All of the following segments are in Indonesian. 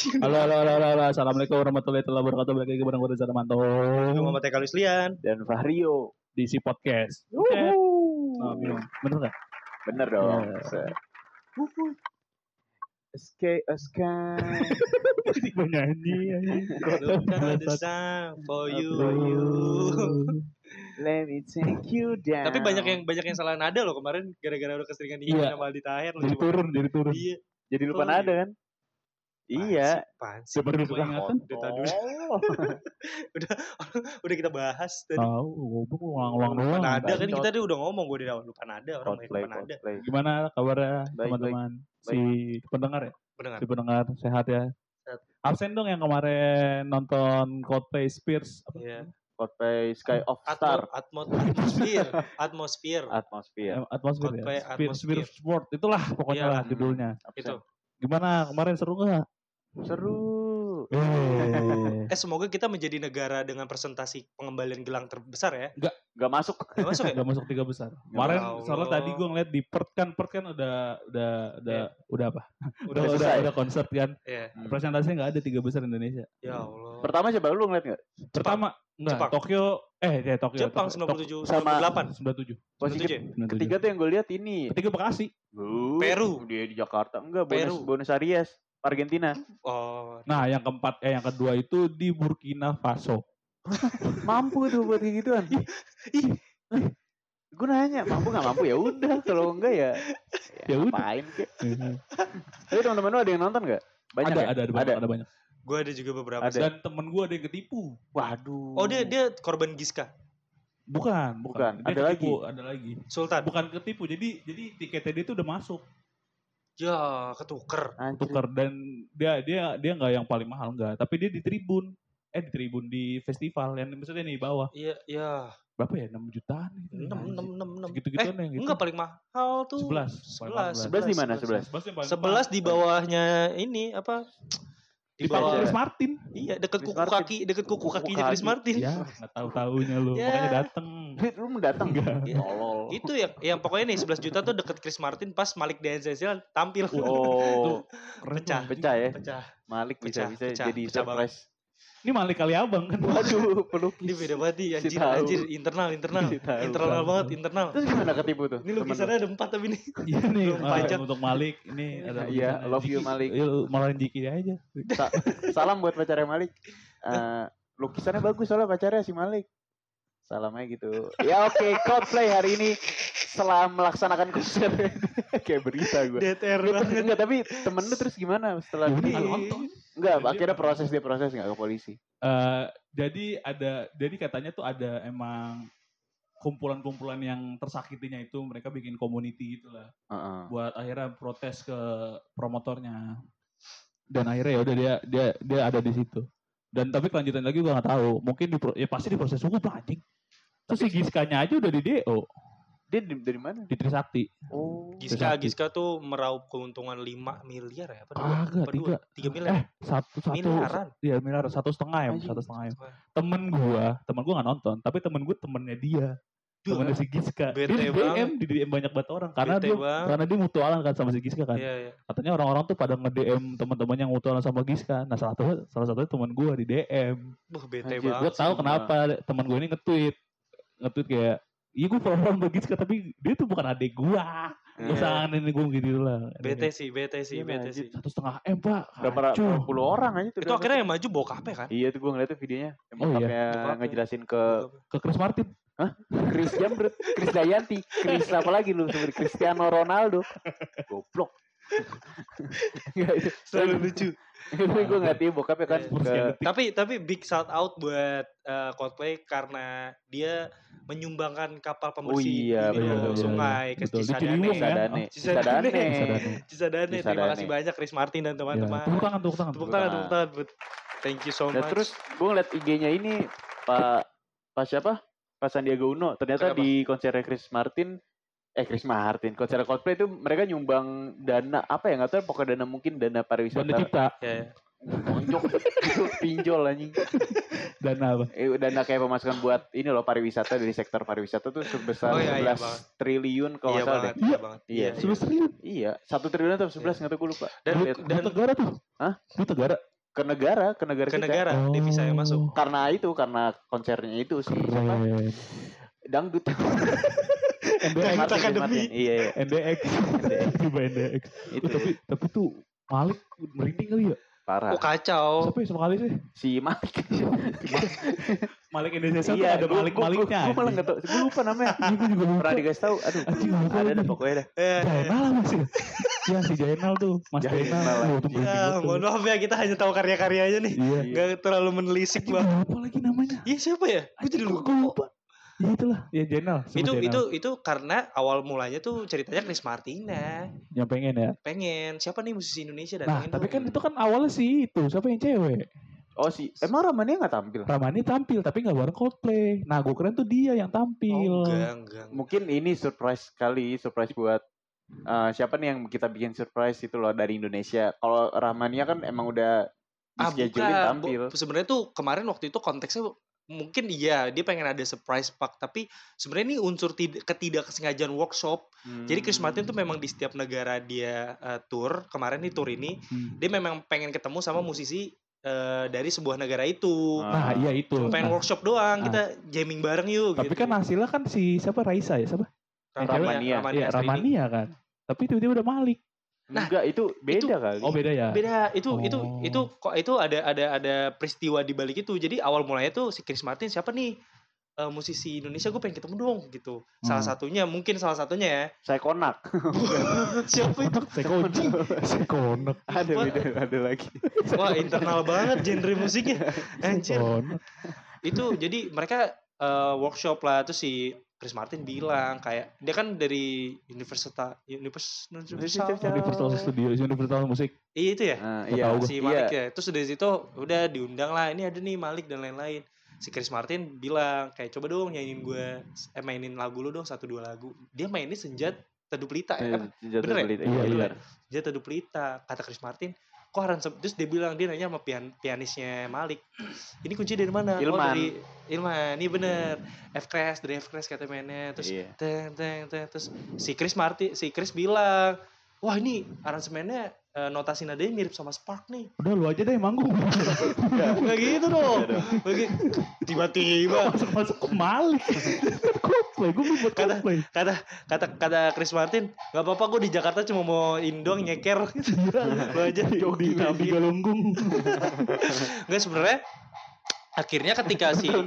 Halo. Assalamualaikum warahmatullahi wabarakatuh. Balik lagi bareng gue Reza Manto. Muhammad Eka Lislian dan Fahrio di si podcast. Bener gak? Bener dong. Escape. Tiba nyanyi. Look at the sun for you. Let me take you down. Tapi banyak yang salah nada loh kemarin gara-gara udah keseringan nyanyi sama Aldi Taher. Jadi turun. Iya. Jadi lupa nada kan? Iya. Pansi. Baru lupa ingatan. Udah kita bahas tadi. Tahu, gue ngulang doang. Nada kan kita udah ngomong gue di awal lupa nada orang banyak lupa nada. Gimana kabarnya teman-teman? Si pendengar ya? Pendengar. Si pendengar sehat ya? Sehat. Absen dong yang kemarin nonton Coldplay Spears. Iya. Coldplay Sky of Star. Atmosfer. Coldplay Atmosfer Sport. Itulah pokoknya lah judulnya. Itu. Gimana kemarin seru gak? Seru. Semoga kita menjadi negara dengan presentasi pengembalian gelang terbesar ya. Gak masuk. Gak masuk 3 besar. Kemarin soalnya tadi gue ngeliat di Perth kan udah apa? Udah konser kan. Iya. Presentasinya nggak ada 3 besar Indonesia. Ya Allah. Pertama coba lu ngeliat nggak? Pertama enggak. Tokyo. Tokyo. Jepang 97. 98. 97. Posisi ketiga tuh yang gue lihat ini. Ketiga Bekasi. Peru. Dia di Jakarta. Enggak, Peru. Buenos Aires, Argentina. Oh. Nah, yang kedua itu di Burkina Faso. Mampu tuh buat kayak gituan. Gue nanya, mampu gak mampu? Ya udah, kalau enggak ya ngapain kek. Tapi teman-teman lu ada yang nonton gak? Banyak ada banyak. Gue ada juga beberapa. Dan temen gue ada yang ketipu. Waduh. Oh dia korban Giska. Bukan. Ada lagi. Sultan. Bukan ketipu. Jadi tiketnya dia tuh udah masuk. Ya, ketuker dan dia nggak yang paling mahal enggak, tapi dia di tribun di festival yang maksudnya nih bawah. Iya. Berapa ya? 6 jutaan gitu. 6. Gitu-gituan yang gitu. Enggak paling mahal tuh. 11 di mana? 11 di bawahnya ini apa? Di bawah Chris Martin. Iya, deket kuku kakinya Chris Martin. Ya, enggak tahu-tahunya lu. Makanya dateng. Lu datang enggak? Tolol. Itu ya yang pokoknya nih 11 juta tuh deket Chris Martin pas Malik Denzel tampil. Oh. Pecah ya. Malik bisa jadi surprise. Ini Malik kali abang kan. Waduh, pelukis. Ini beda banget anjir internal banget. Terus gimana ketipu tuh? Ini lukisannya ada 4 tapi nih. Iya nih, untuk Malik ini ada. Iya, love you Malik. Malahin Jiki aja. Salam buat pacarnya Malik. Lukisannya bagus soalnya pacarnya si Malik. Salamnya gitu. Ya oke, Coldplay hari ini setelah melaksanakan konser kayak berita gue. DTR banget. Enggak, tapi temen lu terus gimana setelah nonton? Enggak, akhirnya proses enggak ke polisi. Jadi katanya tuh ada emang kumpulan-kumpulan yang tersakitinya itu mereka bikin community gitulah. Buat akhirnya protes ke promotornya. Dan akhirnya ya udah dia ada di situ. Dan tapi kelanjutan lagi gue nggak tahu. Mungkin pasti diproses hukum lah anjing. Terus si Giskanya aja udah di DO. Dia dari mana? Di Trisakti. Oh. Giska tuh meraup keuntungan 5 miliar ya? Agak 3 miliar. Miliaran. Iya miliar 1,5 ya. 1,5 ya. Temen gua nggak nonton. Tapi temen gue temennya dia. Temennya si Giska. Dia di DM banyak banget orang. Karena dia mutualan kan sama si Giska kan. Iya. Katanya orang-orang tuh pada nge-DM teman-teman yang mutualan sama Giska. Nah salah satunya temen gue di DM. Bete banget. Gue tahu kenapa temen gue ini nge-tweet kayak, iya gue follow sama Giska tapi dia tuh bukan adik gue. Usahaan ini gue gitu lah. Bete sih. 1,5 M pak. Berapa puluh orang aja tuh. Itu akhirnya yang maju bokapnya kan? Iya tuh gue ngeliat tuh videonya. Bokapnya ngejelasin ke Chris Martin. Hah? Chris Jambret, Chris Dayanti, Chris apa lagi lu seperti Cristiano Ronaldo. Goblok. Selalu lucu. Gue nggak tahu bokapnya kan. Tapi big shout out buat Coldplay karena dia menyumbangkan kapal pembersih sungai ke Cisadane. Terima kasih banyak Chris Martin dan teman-teman. Tepuk tangan. Thank you so much. Terus gue ngeliat IG-nya ini Pak siapa? Pak Sandiaga Uno. Ternyata di konsernya Chris Martin, konser Coldplay itu mereka nyumbang dana apa ya, nggak tahu, pokoknya dana mungkin dana pariwisata. Dana cipta. Monjok itu pinjol anjing. Dana apa? Dana kayak pemasukan buat ini loh pariwisata, dari sektor pariwisata tuh sebesar 11 triliun kalau nggak salah deh. Iya. 11 triliun? Iya. 1 triliun atau 11 nggak tahu gue lupa. Dan negara tuh? Hah? Itu negara? ke negara devisa yang masuk. Karena konsernya itu sih siapa? Dangdut. NDX Academy. Iya. NDX. Tapi tuh Malik merinding kali ya. Parah. Oh kacau. Siapa ya sama kali sih? Si Malik. Malik Indonesia tuh ada Malik-Maliknya. Gue malah nggak tahu. Gue lupa namanya. Gue juga lupa. Pernah dikasih tahu. Aduh. Ada pokoknya dah. Jainal lah masih. Ya si Jainal tuh. Mas Jainal. Ya mohon maaf ya kita hanya tahu karya-karyanya nih. Gak terlalu menelisik banget. Apa lagi namanya? Iya siapa ya? Gue jadi lupa. Ya itulah, ya Jainal. Itu karena awal mulanya tuh ceritanya Chris Martina. Yang pengen ya? Pengen. Siapa nih musisi Indonesia datangin? Nah, tapi kan itu kan awalnya sih itu. Siapa yang cewek? Oh emang Ramani nggak tampil? Ramani tampil, tapi nggak bareng Coldplay. Nah, gue keren tuh dia yang tampil. Oh, enggak. Mungkin ini surprise buat siapa nih yang kita bikin surprise itu loh dari Indonesia. Kalau Rahmania kan emang udah di-schedulein tampil. Sebenarnya tuh kemarin waktu itu konteksnya mungkin iya dia pengen ada surprise pack, tapi sebenarnya ini unsur ketidaksengajaan workshop. Jadi Chris Martin tuh memang di setiap negara dia tour, kemarin nih tour ini dia memang pengen ketemu sama musisi dari sebuah negara itu. Nah iya itu. Cuma pengen workshop doang, kita jamming bareng yuk. Tapi gitu. Kan hasilnya kan si siapa Raisa ya siapa? Ramania kan. Tapi tiba-tiba udah Malik. Nah, enggak itu beda kali. Oh beda ya. Beda itu ada peristiwa di balik itu. Jadi awal mulanya tuh si Chris Martin siapa nih musisi Indonesia gue pengen ketemu dong gitu. Salah satunya ya. Saya Konak. Siapa itu? Saya Konak. Ada lagi. Wah internal banget genre musiknya. Anjir. Itu jadi mereka workshop lah tuh si Chris Martin bilang kayak dia kan dari Universal Studio, Universal Musik. Iya itu ya. Iya si Malik ya. Terus dari situ udah diundang lah. Ini ada nih Malik dan lain-lain. Si Chris Martin bilang kayak coba dong nyanyiin gue mainin lagu lu dong 1-2 lagu. Dia mainnya Senja Teduh Pelita ya kan? Bener ya? Iya. Senja Teduh Pelita. Kata Chris Martin, kok terus dia bilang dia nanya sama pianisnya Malik. Ini kunci dari mana? Ilman. Oh dari Ilman. Ini bener. Dari F-Crash kata mainnya. Terus terus si Chris bilang, wah ini aransemennya notasi nadanya mirip sama Spark nih. Udah lu aja deh manggung. Nggak gitu dong. Tiba-tiba masuk ke Malik. Coldplay, gue buat Coldplay. Kata Chris Martin, nggak apa-apa gue di Jakarta cuma mau indong nyeker. Lu aja di Galunggung. Nggak sebenarnya akhirnya ketika si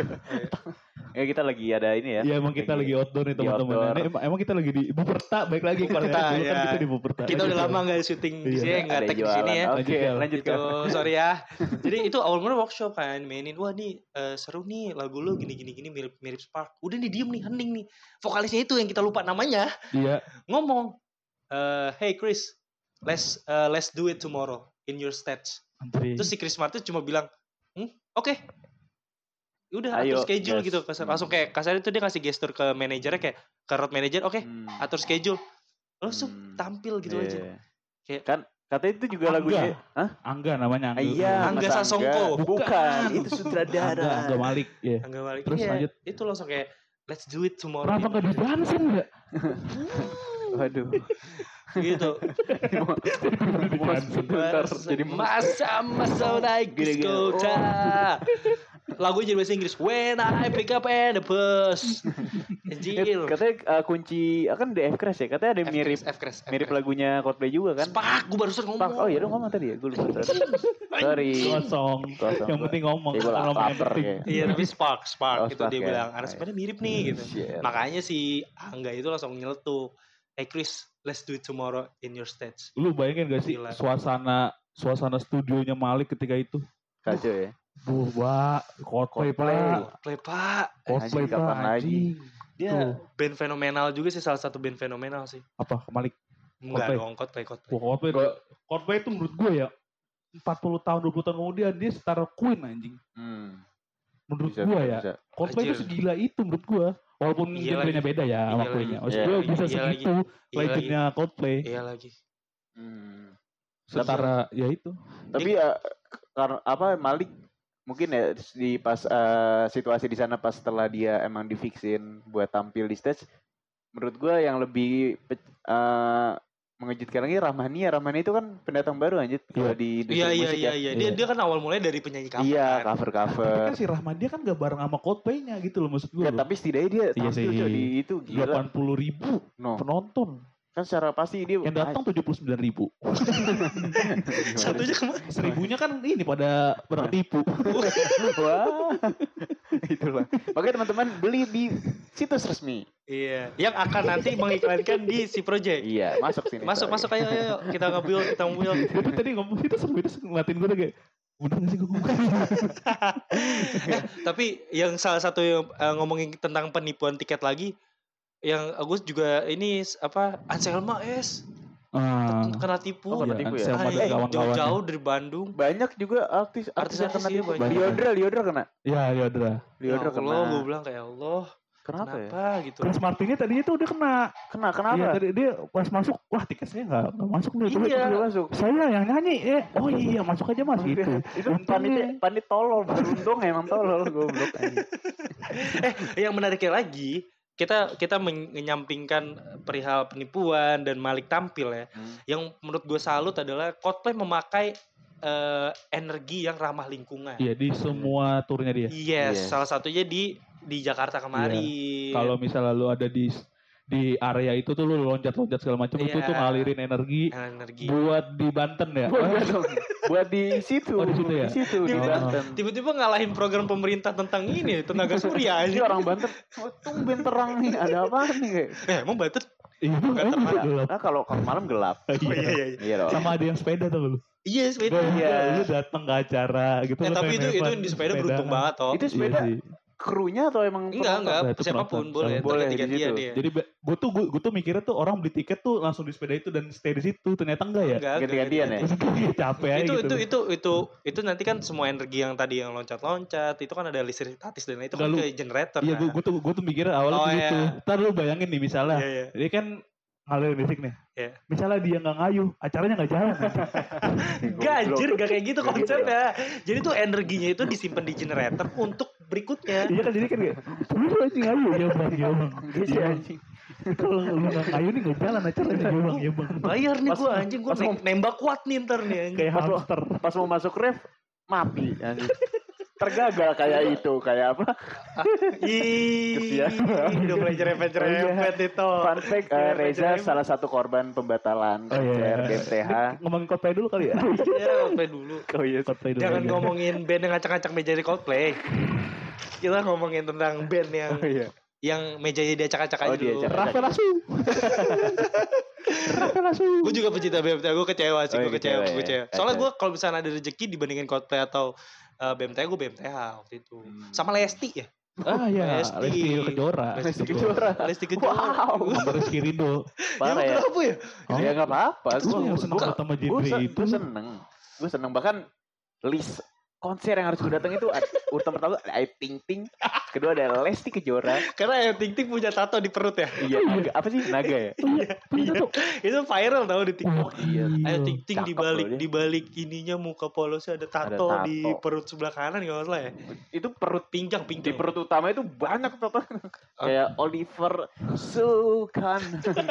ya kita lagi ada ini ya. Iya emang kita lagi outdoor nih teman-teman. Emang kita lagi di Buperta, baik lagi Buperta ya. Kan kita di Buperta. Kita udah lama nggak syuting di sini, nggak tag di sini ya. Oke, lanjut gitu. Sorry ya. Jadi itu awal mulanya workshop kan, mainin wah nih seru nih lagu lu gini mirip Spark. Udah nih diem nih, hening nih. Vokalisnya itu yang kita lupa namanya. Iya. Ngomong, hey Chris, let's do it tomorrow in your stage. Terus si Chris Martin cuma bilang, oke. Udah atur schedule gitu. Langsung kayak kasar itu dia ngasih gestur ke manajernya kayak ke road manager, oke, atur schedule. Langsung tampil gitu aja. Kayak kan katanya itu juga lagunya. Angga namanya. Iya, Angga Sasongko. Bukan, itu sutradara. Angga Malik, ya. Angga Malik. Terus lanjut. Itu langsung kayak let's do it tomorrow. Kenapa enggak didansin enggak? Waduh. Gitu. Jadi masa naik bis kota. Lagunya jadi bahasa Inggris. When I pick up and the bus. Anjir. Katanya kunci kan di F-Crash ya. Katanya ada mirip lagunya Coldplay juga kan. Spark, gue barusan ngomong. Oh iya dong ngomong tadi ya. Gue lupa. Sorry. Kosong. Yang penting ngomong. Iya tapi Spark itu dia bilang. Sebenarnya mirip nih gitu. Makanya si Angga itu langsung nyeletuk. Hey Chris, let's do it tomorrow in your stage. Lu bayangin gak sih suasana studionya Malik ketika itu? Kacau ya. Coldplay pak. Coldplay pak. Dia band fenomenal juga sih, salah satu band fenomenal sih. Apa Malik? Enggak dong, Coldplay itu menurut gue ya 40 tahun 20 tahun kemudian dia setara Queen anjing. Menurut gue ya. Coldplay itu segila itu menurut gue. Walaupun genrenya beda ya sama Queen-nya. Maksud gue bisa segitu legendnya Coldplay. Iya lagi. Setara ya itu. Tapi ya karena apa Malik mungkin ya di pas situasi di sana pas setelah dia emang difixin buat tampil di stage, menurut gue yang lebih mengejutkan lagi Rahmania itu kan pendatang baru anjir di musik ya. Iya. Dia kan awal mulai dari penyanyi cover. Iya, kan. cover. Tapi kan si Rahmania kan gak bareng sama Coldplay-nya gitu loh maksud gue. Ya tapi setidaknya dia tampil di itu gila. 80.000 penonton. Kan secara pasti dia yang datang 79.000. Satunya kemana? 1.000-nya kan ini pada tipu. Wah. Itulah. Makanya teman-teman beli di situs resmi. Iya, yang akan nanti mengiklankan di si project. Iya, masuk sini. Masuk ayo kita nge-build. Jadi tadi ngomong itu seru ngeliatin gue kayak udah gak sih gue ngomong. Tapi yang salah satu yang ngomongin tentang penipuan tiket lagi, yang Agus juga ini Anselma kena tipu. Kena tipu ya. Jauh-jauh dari Bandung. Banyak juga artis yang kena tipu. Liodra kena. Iya, Liodra kena. Gue bilang kayak Allah. Kenapa ya? Gitu. Chris Martin tadinya tuh udah kena. Kenapa? Iya, tadi dia pas masuk, wah tiket saya nggak masuk nih. Iya, masuk. Saya yang nyanyi, oh iya masuk aja mas gitu. Itu panit tolol, beruntung emang tolol goblok aja. Yang menariknya lagi, kita menyampingkan perihal penipuan dan Malik tampil ya. Yang menurut gue salut adalah Coldplay memakai energi yang ramah lingkungan. Iya, di semua turnya dia. Yes. Salah satunya di Jakarta kemarin. Kalau misalnya lu ada di area itu tuh lu loncat-loncat segala macam itu tuh ngalirin energi buat di Banten ya. Buat di situ. Oh, di situ ya. Di situ di Banten. Tiba-tiba ngalahin program pemerintah tentang ini tenaga surya. Ini orang Banten. Tumben terang nih, ada apa nih kayak. Emang Banten? Iya, gelap. Nah, kalau malam gelap. Iya. Sama ada yang sepeda tuh lu. Iya, sepeda. Iya, lu datang ke acara gitu. Tapi itu di sepeda beruntung banget toh. Itu sepeda krunya atau emang enggak siapapun boleh dia. Jadi gue tuh mikirnya tuh orang beli tiket tuh langsung di sepeda itu dan stay di situ, ternyata enggak ya. Ganti-gantian ya. Capek aja gitu. Itu nanti kan semua energi yang tadi yang loncat-loncat itu kan ada listrik statis dan itu kan ke generator. Iya, gue tuh mikirnya awalnya gitu. Ntar lu bayangin nih misalnya, dia kan ngalirin listrik nih. Yeah. Misalnya dia nggak ngayuh, acaranya nggak jalan. Anjir, gak kayak gitu konsepnya. Jadi tuh energinya itu disimpan di generator untuk berikutnya. Iya kan, jadi kan kayak, lu anjing ngayuh ya bang. Iya anjing. Kalau lu nggak ngayuh nih nggak jalan acaranya ya bang. Bayar nih gue anjing, gue nembak kuat nih ntar nih. Kayak hamster. Pas mau masuk ref, mati anjing. Tergagal kayak itu, kayak apa? Udah mulai jerepet itu. Fun fact, Reza salah satu korban pembatalan konser BMTH. Ngomongin Coldplay dulu kali ya? Iya, Coldplay dulu. Oh iya, Coldplay dulu. Jangan ngomongin band yang ngacak-ngacak meja di Coldplay. Kita ngomongin tentang band yang mejanya diacak-acak aja dulu. Rafael Lasu. Gue juga pecinta BMTH, gue kecewa sih, gue kecewa. Soalnya gue kalau misalnya ada rezeki dibandingin Coldplay atau BMTH, gue BMTH waktu itu. Sama Lesti ya. Iya, Lesti Kejora. Wow. Sama Rizky Ridho. Parah ya. Kenapa ya? Ya nggak apa-apa. Gue seneng sama genre itu. Gue seneng bahkan list konser yang harus gue datang itu urutan pertama Ayu Ting Ting, kedua ada Lesti Kejora. Karena Ayu Ting Ting punya tato di perut ya. Iya, apa sih naga ya? Iya. Itu viral tau di TikTok. Iya. Ayu Ting Ting di balik ininya muka polosnya ada tato di perut sebelah kanan kalau salah ya. Itu perut pinjang. Di perut utama itu banyak tato. Kayak Oliver Sulkan.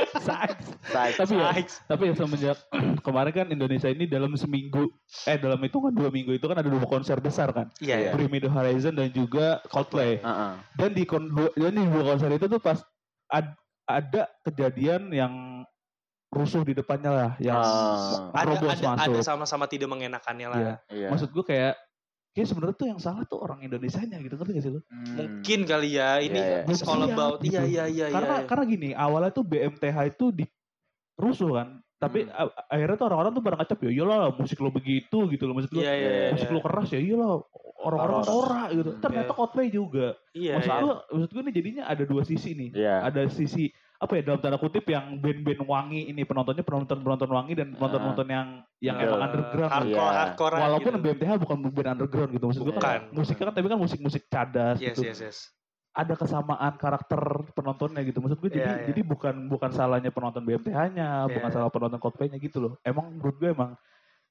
Tapi ya semenjak kemarin kan Indonesia ini dalam seminggu dalam hitungan 2 minggu itu kan ada 2 konser besar kan. Iya. Bring Me The Horizon dan juga Coldplay. Dan di 2 konser itu tuh pas ada kejadian yang rusuh di depannya lah, yang terobos masuk. Ada sama-sama tidak mengenakannya lah. Iya. Maksud gue kayak sebenarnya tuh yang salah tuh orang Indonesianya gitu, ngerti gak sih lu? Mungkin kali ya ini all about. Gitu. Iya. Karena gini, awalnya tuh BMTH itu rusuh kan. Tapi akhirnya tuh orang-orang tuh pada ngecap ya iyalah musik lo begitu gitu loh, maksud lo musik lo keras ya iyalah orang-orang norak gitu. Ternyata Coldplay juga. Maksud gue nih jadinya ada 2 sisi nih. Ada sisi apa ya dalam tanda kutip yang band-band wangi ini penontonnya penonton wangi dan penonton yang emang underground. Hardcore. Walaupun gitu. BMTH bukan band underground gitu, maksud gue kan musiknya kan tapi kan musik cadas gitu. Yes. Ada kesamaan karakter penontonnya gitu, maksud gue jadi bukan salahnya penonton BMTH-nya, bukan salah penonton Coldplay-nya gitu loh. Emang menurut gue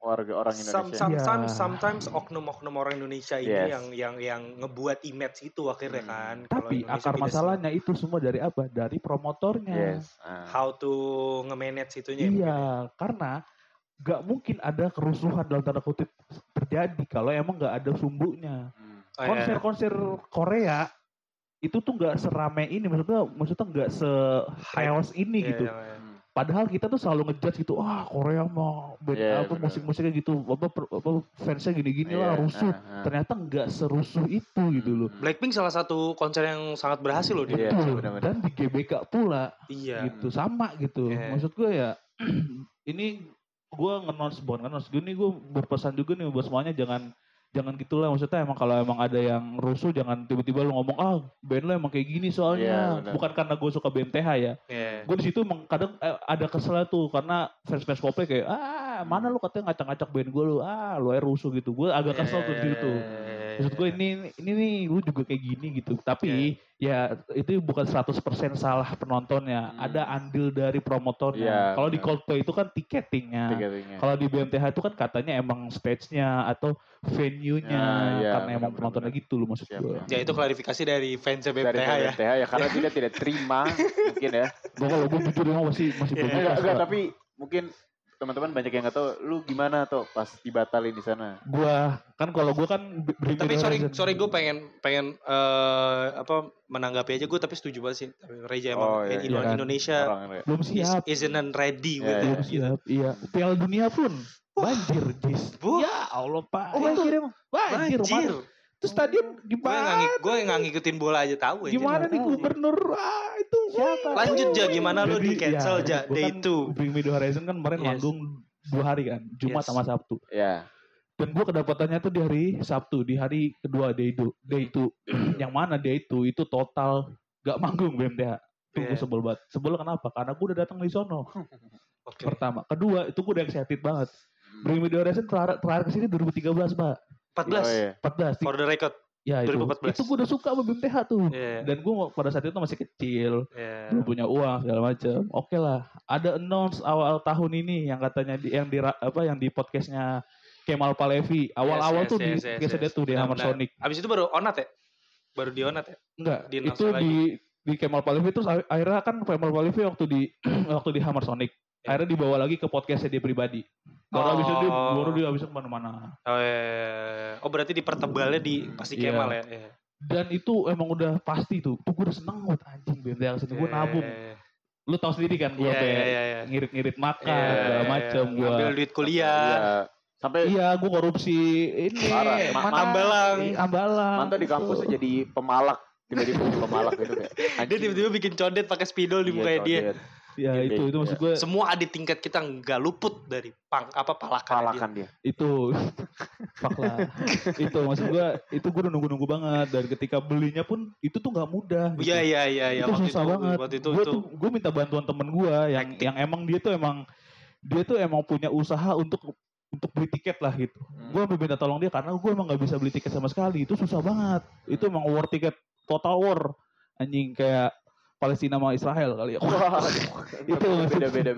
warga orang Indonesia. Sometimes oknum-oknum orang Indonesia ini yang ngebuat image itu akhirnya kan. Tapi akar masalahnya itu semua dari apa? Dari promotornya. How to nge-manage itunya. Iya, karena gak mungkin ada kerusuhan dalam tanda kutip terjadi kalau emang gak ada sumbunya. Konser-konser Korea itu tuh gak serame ini, maksudnya gak se-chaos ini gitu. Padahal kita tuh selalu ngejudge gitu, Korea mah musik-musiknya gitu, fansnya gini-gini lah, rusuh. Ternyata nggak serusuh itu gitu loh. Blackpink salah satu konser yang sangat berhasil loh dia. Dan di GBK pula, gitu sama gitu. Maksud gue ya, ini gue nge-announce gini, gue berpesan juga nih buat semuanya jangan gitulah, maksudnya emang kalau emang ada yang rusuh jangan tiba-tiba lu ngomong band lo emang kayak gini soalnya, bukan karena gue suka BMTH ya. Gue di situ kadang ada kesel tuh karena fans Coldplay kayak mana lu katanya ngacak-ngacak band gue lu aja rusuh gitu. Gue agak kesel tuh di situ. Maksud gue ini nih lu juga kayak gini gitu. Tapi ya itu bukan 100% salah penontonnya. Ada andil dari promotornya. Kalau di Coldplay itu kan tiketingnya. Kalau di BMTH itu kan katanya emang stage-nya atau venue-nya karena emang penontonnya gitu loh maksud gue. Ya itu klarifikasi dari fans BMTH ya. Karena tidak terima mungkin ya. Gue jujur emang masih enggak, tapi mungkin teman-teman banyak yang nggak tahu lu gimana tuh pas dibatalin di sana. Kalau gue kan tapi sorry gue pengen menanggapi aja, gue tapi setuju banget sih Reja emang Indonesia belum siap, isn't ready belum siap. Iya, Piala Dunia pun banjir, Jis. Ya Allah Pak. Banjir. Terus stadion gimana? Gue nggak ngikutin bola aja tahu. Gimana nih gubernur itu siapa? Lanjut aja gimana lu di cancel aja day 2. Bring Me The Horizon kan kemarin manggung 2 hari kan, Jumat sama Sabtu. Dan gue kedapatannya tuh di hari Sabtu, di hari kedua day 2. Yang mana day 2 itu total gak manggung BMTH. Itu gue sebel banget. Sebel kenapa? Karena gue udah datang di sono. Pertama, kedua itu gue udah excited banget. Bring Me The Horizon terakhir kesini 2013 Pak. 14 for the record. Ya 2014. Itu gue udah suka sama BMTH tuh. Dan gue pada saat itu masih kecil, belum punya uang segala macam. Oke lah, ada announce awal tahun ini yang katanya yang di podcastnya Kemal Palevi. Awal-awal tuh di dia tuh di Hammer Sonic. Abis itu baru onat ya? Baru di onat ya? Enggak, itu di Kemal Palevi terus akhirnya kan Kemal Palevi waktu di Hammer Sonic. Akhirnya dibawa lagi ke podcastnya dia pribadi. Baru dia habis kemana-mana. Oh berarti dipertebalnya di pasti Kemal ya. Dan itu emang udah pasti tuh. Gue udah seneng banget anjing BMTH kesini. Gue nabung. Lu tahu sendiri kan gue kayak ngirit-ngirit makan segala macem. Gue ngambil duit kuliah. Sampai gue korupsi ini. Ambalang. Mantan di kampus jadi pemalak. Tiba-tiba pemalak gitu kayak. Dia tiba-tiba bikin condet pakai spidol di mukanya dia. Ya itu maksud gue. Semua adik tingkat kita nggak luput dari palakan dia. Itu fuck lah. Itu maksud gue, itu gue udah nunggu banget, dan ketika belinya pun itu tuh nggak mudah. Gitu. Iya. Itu susah banget. Gue minta bantuan temen gue yang emang dia tuh emang punya usaha untuk beli tiket lah gitu. Gue minta tolong dia karena gue emang nggak bisa beli tiket sama sekali. Itu susah banget. Itu emang war tiket, total war anjing, kayak Palestina sama Israel kali ya. Wah, itu beda.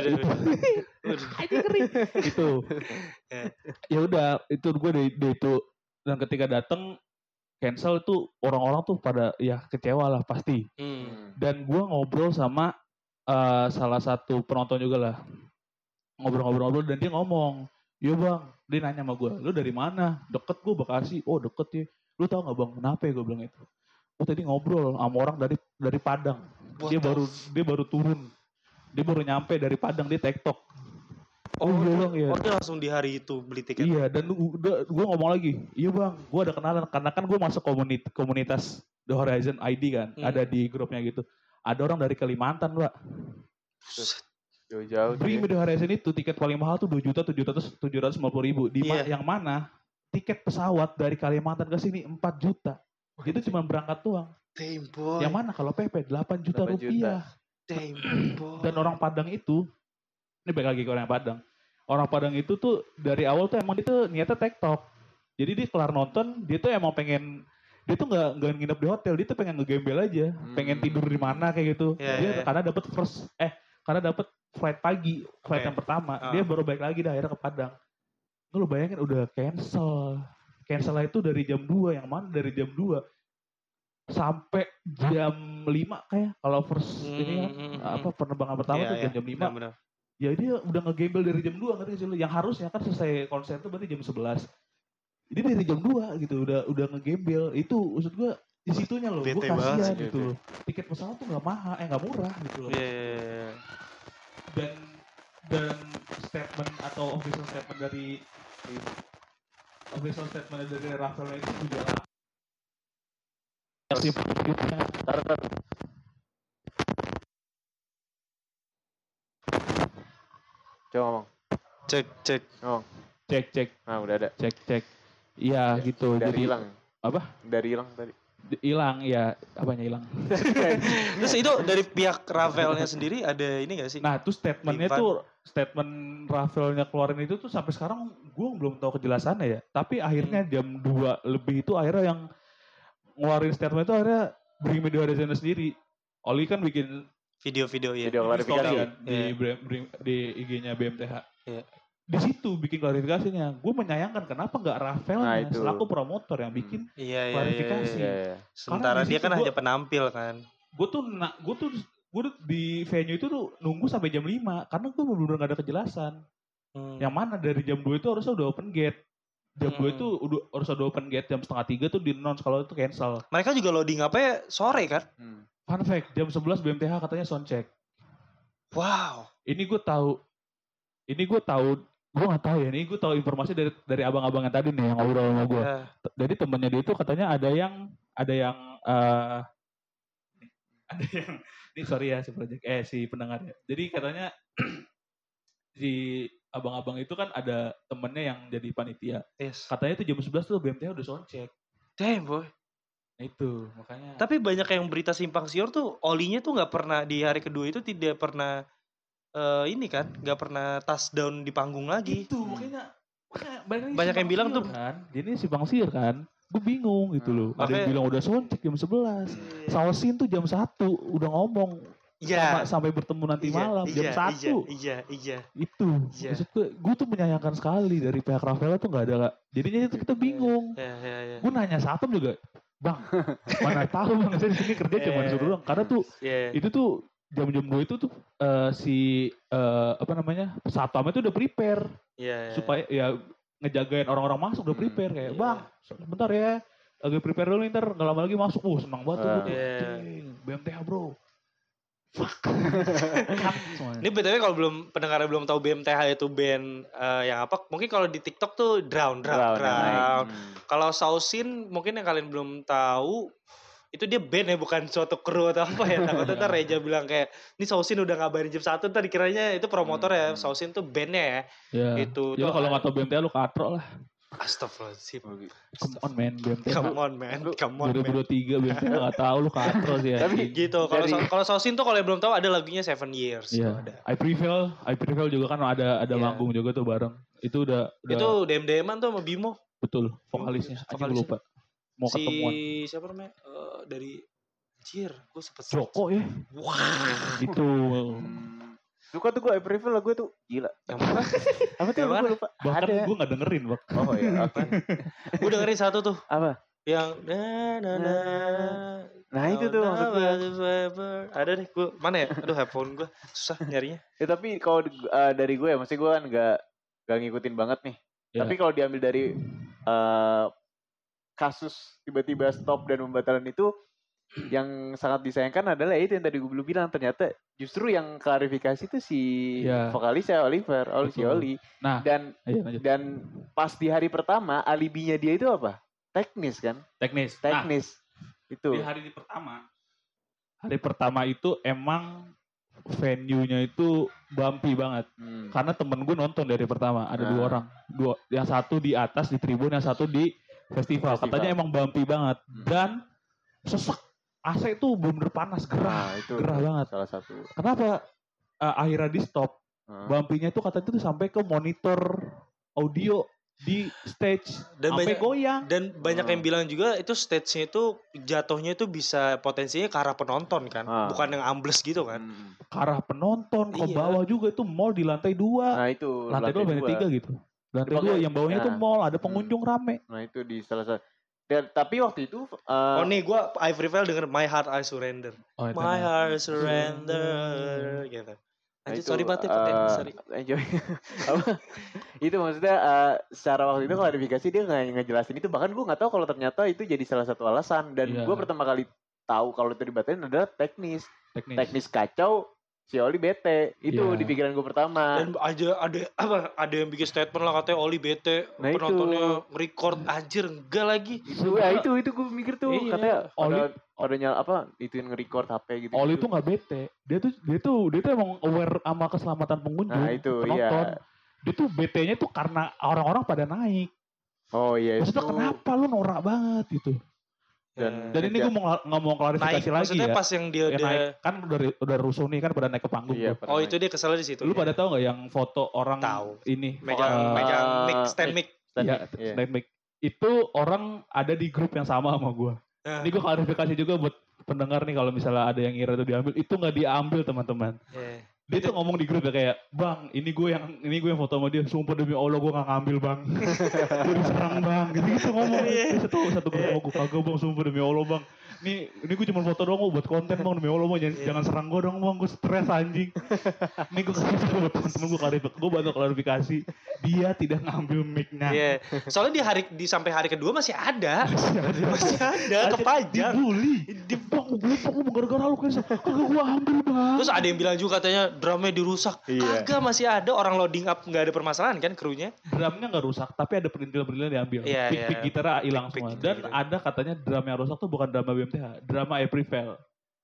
Itu. Ya udah, itu gue itu, dan ketika datang cancel itu orang-orang tuh pada ya kecewa lah pasti. Dan gue ngobrol sama salah satu penonton juga lah. Ngobrol dan dia ngomong, "Iya Bang," dia nanya sama gue, "Lu dari mana?" "Deket gue, Bekasi." "Oh deket ya." "Lu tahu nggak Bang kenapa ya?" Gue bilang itu. "Oh tadi ngobrol sama orang dari Padang." Dia baru turun. Dia baru nyampe dari Padang, dia TikTok. Dia langsung di hari itu beli tiket. Iya, dan gue ngomong lagi, "Iya Bang, gue ada kenalan." Karena kan gue masuk komunitas The Horizon ID kan, ada di grupnya gitu. Ada orang dari Kalimantan, Pak. Jauh-jauh. Bring Me The Horizon itu tiket paling mahal tuh 2.750.000. Yang mana tiket pesawat dari Kalimantan ke sini 4 juta. Itu cuma berangkat doang. Damn boy. Yang mana kalau PP 8 juta rupiah. Damn boy. Dan orang Padang itu, ini balik lagi ke orang Padang. Orang Padang itu tuh dari awal tuh emang dia tuh niatnya TikTok. Jadi dia kelar nonton, dia tuh emang pengen, dia tuh nggak nginep di hotel, dia tuh pengen ngegembel aja, pengen tidur di mana kayak gitu. Karena dapat flight pagi, flight yang pertama, dia baru balik lagi dah akhirnya ke Padang. Lu bayangin udah cancel itu dari jam 2, yang mana dari jam 2 sampai jam 5 kayak kalau first ini kan penerbangan pertama tuh jam 5. Bener. Ya dia udah ngegembel dari jam 2 ngerti sih lu. Yang harusnya kan selesai konser tuh berarti jam 11. Jadi dari jam 2 gitu udah ngegembel. Itu maksud gue di situnya loh, gue kasihan gitu loh. Tiket pesawat tuh nggak murah gitu loh. Dan statement atau official statement dari Rafael itu juga Tar. Coba ngomong. Cek. Oh. Cek. Nah, udah ada. Cek. Iya gitu. Dari hilang. Apa? Dari hilang tadi. Hilang ya, apanya hilang? Terus itu dari pihak Rafaelnya sendiri ada ini gak sih? Nah, tuh statement Rafaelnya keluarin itu tuh sampai sekarang gue belum tahu kejelasannya ya. Tapi akhirnya jam 2 lebih itu akhirnya yang ngeluarin statement itu akhirnya Bring Me The Horizon sendiri. Oli kan bikin video klarifikasi kan di IG-nya BMTH. Yeah. Di situ bikin klarifikasinya. Gue menyayangkan kenapa nggak Rafaelnya selaku promotor yang bikin klarifikasi. Iya. Sementara dia kan hanya penampil kan. Gue tuh di venue itu tuh nunggu sampai jam 5 karena gue benar-benar gak ada kejelasan. Yang mana dari jam 2 itu harusnya udah open gate. Jam 2 itu harus udah open gate, jam 2:30 tuh di-announce kalau itu cancel. Mereka juga loading apa sore kan? Fun fact, jam 11 BMTH katanya soundcheck. Wow. Ini gue gak tahu ya, ini gue tahu informasi dari abang-abang yang tadi nih yang ngobrol sama gue. Jadi temennya dia itu katanya ada yang ini sorry ya si pendengar ya. Jadi katanya si abang-abang itu kan ada temennya yang jadi panitia. Yes. Katanya itu jam 11 tuh BMTH udah soundcheck. Damn boy. Nah itu makanya. Tapi banyak yang berita simpang siur tuh Olinya tuh nggak pernah di hari kedua itu tidak pernah ini kan nggak pernah touchdown di panggung lagi. Itu makanya banyak yang bilang tuh kan. Jadi simpang siur kan. Gue bingung gitu loh. Ada yang bilang udah soundcheck jam 11. Sausin tuh jam 1 udah ngomong. Sampai bertemu nanti malam jam 1. Iya. Itu. Maksud gue tuh menyayangkan sekali dari pihak Rafael tuh nggak ada. Jadinya itu kita bingung. Gue nanya Satom juga, Bang, mana tahu Bang, saya di sini kerja cuma disuruh doang. Karena tuh itu tuh jam-jam gue itu tuh Satom itu udah prepare supaya ya ngejagain orang-orang masuk udah prepare kayak Bang, bentar ya. Lagi prepare dulu ntar gak lama lagi masuk. Senang banget tuh. BMTH bro. Fuck. Ini BTW kalau pendengarnya belum tahu BMTH itu band yang apa? Mungkin kalau di TikTok tuh Drown. Kalau Sausin mungkin yang kalian belum tahu itu dia band ya, bukan suatu kru atau apa ya. Takutnya ntar Reja bilang kayak ini Sausin udah ngabarin jam 1 ntar dikiranya itu promotor ya. Sausin tuh bandnya ya. Itu. Ya kalau nggak tahu BMTH lu katro lah. Astagfirullahaladzim. Come on man BMTH. Come on man. 2023 BMTH gak tahu lu katro sih ya. Tapi gitu. Kalau Sausin tuh kalau yang belum tahu ada lagunya 7 Years. Iya. I Prevail juga kan ada manggung juga tuh bareng. Itu udah. Itu DM-an tuh sama Bimo. Betul. Vokalisnya. Aku lupa. Mau ketemuan. Siapa namanya? Dari gue sempet. Joko ya. Wah. Itu. Suka tuh gue Prevail lagu itu gila. Yang mana? Apa tuh gue lupa. Bahkan gue gak dengerin Bak. Oh iya. Oke. Gue dengerin satu tuh. Apa? Yang Nah itu tuh maksud gue. Ada deh gue. Mana ya? Aduh handphone gue susah nyarinya. Tapi kalau dari gue ya, maksudnya gue kan gak ngikutin banget nih. Tapi kalau diambil dari kasus tiba-tiba stop dan pembatalan itu, yang sangat disayangkan adalah itu yang tadi gue belum bilang, ternyata justru yang klarifikasi itu si vokalisnya Oli. Nah, dan pas di hari pertama alibinya dia itu apa? Teknis kan? Teknis. Itu. Di hari pertama itu emang venue-nya itu bumpy banget. Karena temen gue nonton dari pertama, ada 2 orang. Yang satu di atas di tribun, yang satu di festival. Katanya emang bumpy banget dan sesak. AC itu bener-bener panas, gerah banget. Salah satu. Kenapa akhirnya di stop? Bumpy-nya itu katanya tuh sampai ke monitor audio di stage, sampai goyang. Dan banyak yang bilang juga itu stage-nya itu jatuhnya itu bisa potensinya ke arah penonton kan, bukan yang ambles gitu kan. Ke arah penonton, ke bawah juga itu mall di lantai 2. Nah itu lantai 2 lantai 3 gitu. Lantai 2 yang bawahnya tuh mall, ada pengunjung rame. Nah itu di salah satu. Tapi waktu itu nih gue Ivory Vale denger My Heart I Surrender. My Heart Surrender gitu. Lanjut, sorry banget ya, sorry. Enjoy. Itu maksudnya secara waktu itu klarifikasi dia nggak ngejelasin itu, bahkan gue nggak tahu kalau ternyata itu jadi salah satu alasan, dan gue pertama kali tahu kalau itu dibatalin adalah teknis kacau. Si Oli bete itu di pikiran gue pertama. Dan ada yang bikin statement lah katanya Oli bete, penontonnya nge-record, anjir enggak lagi. Itu gue mikir tuh katanya Oli padanya itu yang nge-record HP gitu. Oli tuh nggak bete, dia tuh emang aware sama keselamatan pengunjung, penonton. Dia tuh bete-nya tuh karena orang-orang pada naik. Oh iya. Maksudnya kenapa lu norak banget gitu. Dan ini gue mau klarifikasi lagi maksudnya ya. Pas yang dia naik, kan udah rusuh nih kan pada naik ke panggung. Iya, itu dia kesel di situ. Lu pada tahu nggak yang foto orang ini megang stand mic. Iya, stand mic. Itu orang ada di grup yang sama sama gue. Ini gue klarifikasi juga buat pendengar nih, kalau misalnya ada yang ngira itu diambil, itu nggak diambil teman-teman. Dia tuh ngomong di grup ya kayak, bang, ini gue yang foto sama dia, sumpah demi Allah gue gak ngambil bang, gue diserang bang, gitu ngomong. Satu grup sama gue, kagak bang, sumpah demi Allah bang, ini gue cuma foto doang buat konten bang, demi Allah bang, jangan serang gue dong bang, gue stres anjing. Ini gue kasih tau buat temen-temen gue bantu klarifikasi, dia tidak ngambil mic-nya. Soalnya sampai hari kedua masih ada, kepajar. Dibully, bang, gue gara-gara lu kagak gue ambil bang. Terus ada yang bilang juga katanya drumnya dirusak. Kagak, masih ada orang loading up, nggak ada permasalahan kan krunya. Drumnya nggak rusak, tapi ada perintil-perintil diambil. Pick gitarnya hilang semua. Dan ada katanya drum yang rusak tuh bukan drum BMTH, drama Ivory Vale.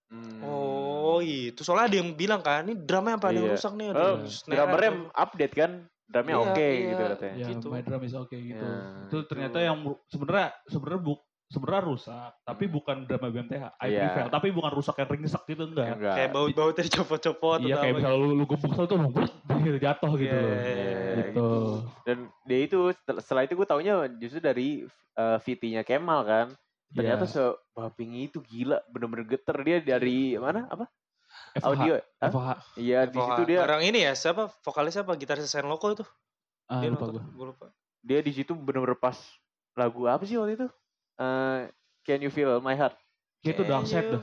Oh itu soalnya ada yang bilang kan, ini drumnya yang paling rusak nih. Drummernya update kan, drumnya oke gitu katanya. Gitu. My drum is oke gitu. Itu ternyata yang sebenarnya rusak, tapi bukan drama BMTH, Ivory Vale, tapi bukan rusak yang ringsek gitu, enggak. Kayak bau-bau tadi copot-copot. Iya, kayak misalnya lu gebuk tuh jatuh gitu loh. Gitu. Dan dia itu setelah itu gue taunya justru dari VT-nya Kemal kan. Ternyata sebabing itu gila, bener-bener geter dia dari mana apa? FH. Audio. FH. Iya, di situ dia. Orang ini ya, siapa vokalis siapa? Gitaris Sen Loko itu. Dia gue lupa. Dia di situ bener-bener pas lagu apa sih waktu itu? Can You Feel My Heart? Itu Dark Side dah.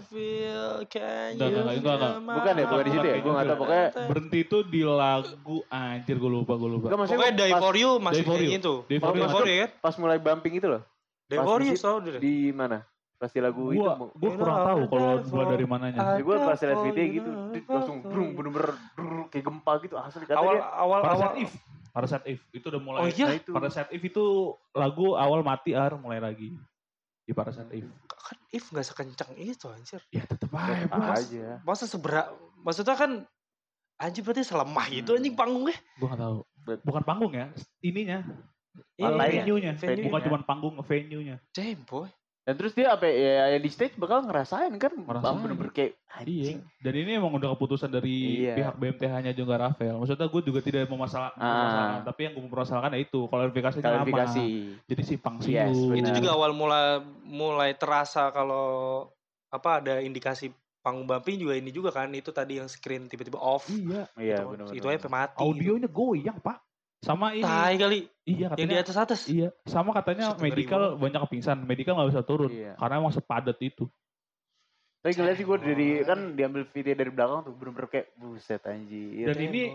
Enggak. Bukan ya, bukan di situ ya. Gue nggak tahu, pokoknya berhenti itu di lagu anjir, gue lupa. Pokoknya Die For You masih kayak gitu. Die For You kan? Pas mulai bumping itu loh. Die For You tau deh. Di mana? Pasti lagu itu. Gue kurang tahu kalau mulai dari mananya. Gue pas lihat video gitu, langsung bener-bener kayak gempa gitu. Asli katanya. Awal Parasite Eve itu udah mulai. Oh iya. Parasite Eve itu lagu awal mati mulai lagi. Di Parasite Eve. Kan Eve gak sekencang itu anjir. Ya tetep aja. Maksudnya kan anjir berarti selemah itu anjing panggungnya. Gue gak tahu. Bukan panggung ya, ininya. Venue-nya. Bukan cuma panggung, venue-nya. Damn boy. Dan terus dia yang di stage bakal ngerasain kan. Bener-bener kayak anjing. Dan ini emang udah keputusan dari pihak BMTH-nya juga Rafael. Maksudnya gue juga tidak memasalahkan. Tapi yang gue mempermasalahkan ya itu, klarifikasinya lama. Jadi simpang siur. Itu juga awal mulai terasa kalau ada indikasi panggung bumping juga ini juga kan. Itu tadi yang screen tiba-tiba off. Iya benar. Itu aja mati. Audionya goyang pak. Sama ini. Tai kali. Iya katanya. Yang di atas. Iya. Sama katanya medical banyak kepingsan. Medical gak bisa turun. Karena emang sepadat itu. Tapi ngeliat sih gue kan diambil video dari belakang tuh. Bener-bener kayak buset anjir. Dan ini